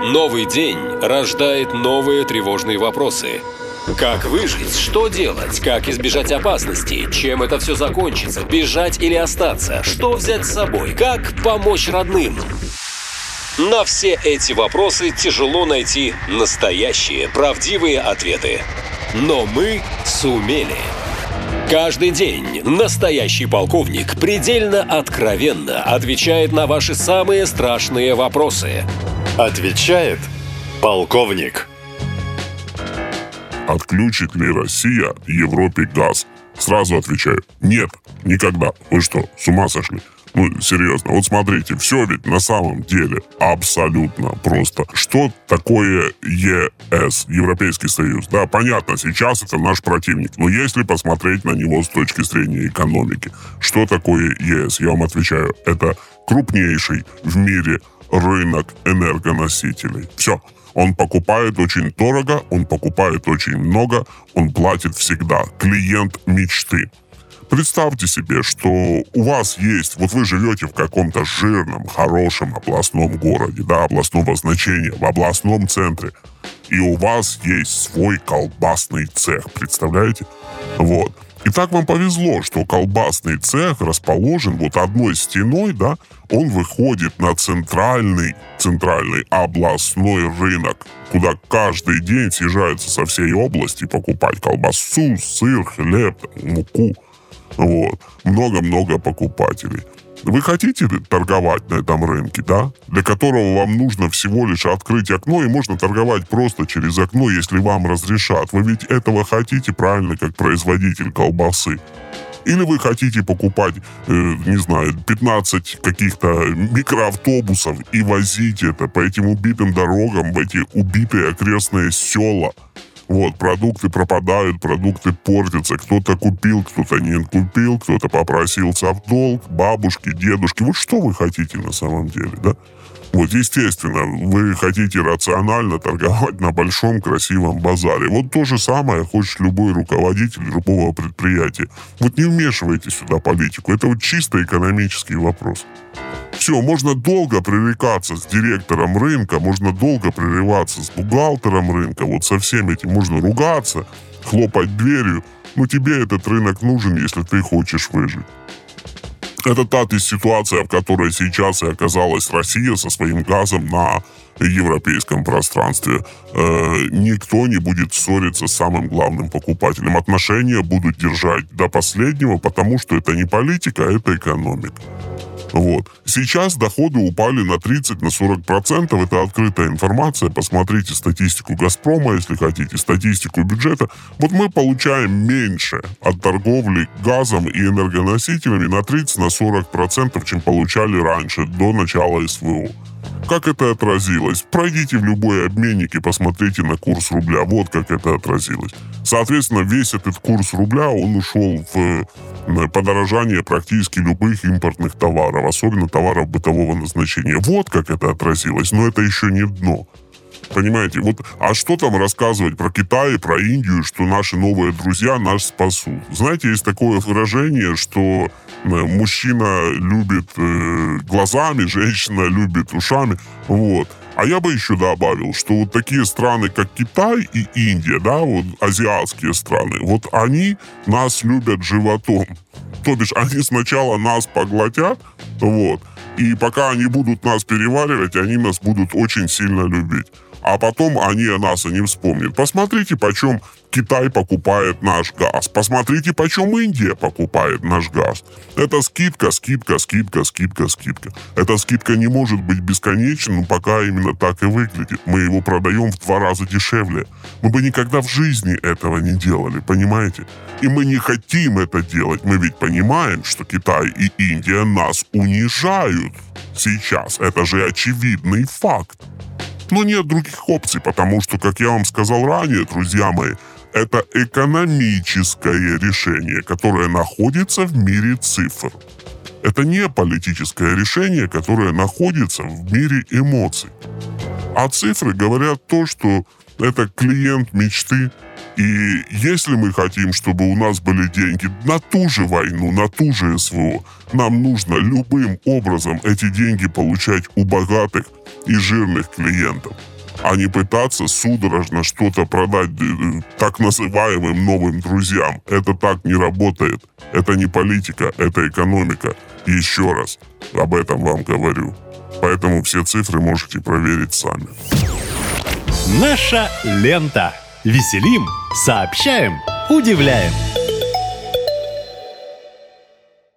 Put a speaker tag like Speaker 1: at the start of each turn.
Speaker 1: Новый день рождает новые тревожные вопросы. Как выжить? Что делать? Как избежать опасности? Чем это все закончится? Бежать или остаться? Что взять с собой? Как помочь родным? На все эти вопросы тяжело найти настоящие, правдивые ответы. Но мы сумели. Каждый день настоящий полковник предельно откровенно отвечает на ваши самые страшные вопросы.
Speaker 2: Отвечает полковник.
Speaker 3: Отключит ли Россия Европе газ? Сразу отвечаю: нет, никогда. Вы что, с ума сошли? Ну, серьезно, вот смотрите, все ведь на самом деле абсолютно просто. Что такое ЕС, Европейский Союз? Да, понятно, сейчас это наш противник, но если посмотреть на него с точки зрения экономики, что такое ЕС? Я вам отвечаю, это крупнейший в мире рынок энергоносителей. Все. Он покупает очень дорого, он покупает очень много, он платит всегда. Клиент мечты. Представьте себе, что у вас есть, вот вы живете в каком-то жирном, хорошем областном городе, да, областного значения, в областном центре, и у вас есть свой колбасный цех, представляете? Вот. И так вам повезло, что колбасный цех расположен вот одной стеной, да, он выходит на центральный областной рынок, куда каждый день съезжаются со всей области покупать колбасу, сыр, хлеб, муку. Вот. Много-много покупателей. Вы хотите торговать на этом рынке, да? Для которого вам нужно всего лишь открыть окно, и можно торговать просто через окно, если вам разрешат. Вы ведь этого хотите, правильно, как производитель колбасы? Или вы хотите покупать, 15 каких-то микроавтобусов и возить это по этим убитым дорогам, в эти убитые окрестные села? Вот, продукты пропадают, продукты портятся. Кто-то купил, кто-то не купил, кто-то попросился в долг, бабушки, дедушки. Вот что вы хотите на самом деле, да? Вот, естественно, вы хотите рационально торговать на большом красивом базаре. Вот то же самое хочет любой руководитель любого предприятия. Вот не вмешивайте сюда политику. Это вот чисто экономический вопрос. Все, можно долго пререкаться с директором рынка, можно долго прерываться с бухгалтером рынка, вот со всем этим можно ругаться, хлопать дверью, но тебе этот рынок нужен, если ты хочешь выжить. Это та ситуация, в которой сейчас и оказалась Россия со своим газом на европейском пространстве. Никто не будет ссориться с самым главным покупателем. Отношения будут держать до последнего, потому что это не политика, а это экономика. Вот. Сейчас доходы упали на 30-40%. Это открытая информация. Посмотрите статистику «Газпрома», если хотите, статистику бюджета. Вот мы получаем меньше от торговли газом и энергоносителями на 30-40%, чем получали раньше, до начала СВО. Как это отразилось? Пройдите в любой обменник и посмотрите на курс рубля. Вот как это отразилось. Соответственно, весь этот курс рубля, он ушел в подорожание практически любых импортных товаров, особенно товаров бытового назначения. Вот как это отразилось. Но это еще не дно. Понимаете, вот, а что там рассказывать про Китай, про Индию, что наши новые друзья нас спасут? Знаете, есть такое выражение, что мужчина любит глазами, женщина любит ушами. Вот. А я бы еще добавил, что вот такие страны, как Китай и Индия, да, вот азиатские страны, вот они нас любят животом. То бишь, они сначала нас поглотят, вот, и пока они будут нас переваривать, они нас будут очень сильно любить. А потом они о нас и не вспомнят. Посмотрите, почем Китай покупает наш газ. Посмотрите, почем Индия покупает наш газ. Это скидка. Эта скидка не может быть бесконечной, но пока именно так и выглядит. Мы его продаем в 2 раза дешевле. Мы бы никогда в жизни этого не делали, понимаете? И мы не хотим это делать. Мы ведь понимаем, что Китай и Индия нас унижают сейчас. Это же очевидный факт. Но нет других опций, потому что, как я вам сказал ранее, друзья мои, это экономическое решение, которое находится в мире цифр. Это не политическое решение, которое находится в мире эмоций. А цифры говорят то, что это клиент мечты. И если мы хотим, чтобы у нас были деньги на ту же войну, на ту же СВО, нам нужно любым образом эти деньги получать у богатых и жирных клиентов. а не пытаться судорожно что-то продать так называемым новым друзьям. Это так не работает. Это не политика, это экономика. И еще раз об этом вам говорю. Поэтому все цифры можете проверить сами.
Speaker 4: Наша лента. Веселим, сообщаем, удивляем.